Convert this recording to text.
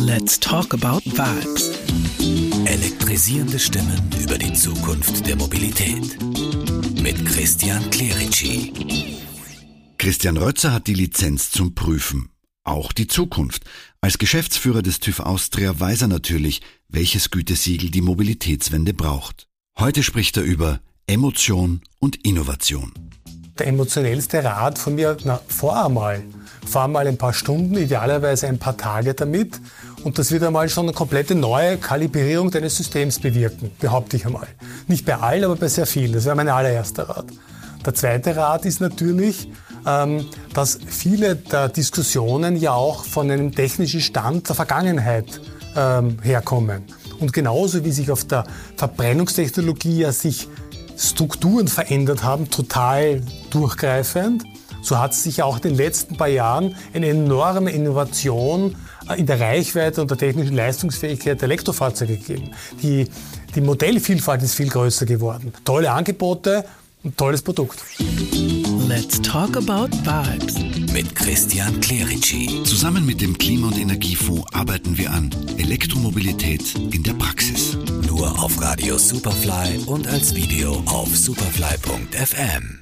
Let's talk about vibes. Elektrisierende Stimmen über die Zukunft der Mobilität. Mit Christian Clerici. Christian Rötzer hat die Lizenz zum Prüfen. Auch die Zukunft. Als Geschäftsführer des TÜV Austria weiß er natürlich, welches Gütesiegel die Mobilitätswende braucht. Heute spricht er über Emotion und Innovation. Der emotionellste Rat von mir, fahr einmal ein paar Stunden, idealerweise ein paar Tage damit, und das wird einmal schon eine komplette neue Kalibrierung deines Systems bewirken, behaupte ich einmal. Nicht bei allen, aber bei sehr vielen. Das wäre mein allererster Rat. Der zweite Rat ist natürlich, dass viele der Diskussionen ja auch von einem technischen Stand der Vergangenheit herkommen. Und genauso wie sich auf der Verbrennungstechnologie ja sich Strukturen verändert haben, total durchgreifend, so hat es sich auch in den letzten paar Jahren eine enorme Innovation in der Reichweite und der technischen Leistungsfähigkeit der Elektrofahrzeuge gegeben. Die Modellvielfalt ist viel größer geworden. Tolle Angebote und tolles Produkt. Let's talk about vibes. Mit Christian Clerici. Zusammen mit dem Klima- und Energiefonds arbeiten wir an Elektromobilität in der Praxis. Nur auf Radio Superfly und als Video auf superfly.fm.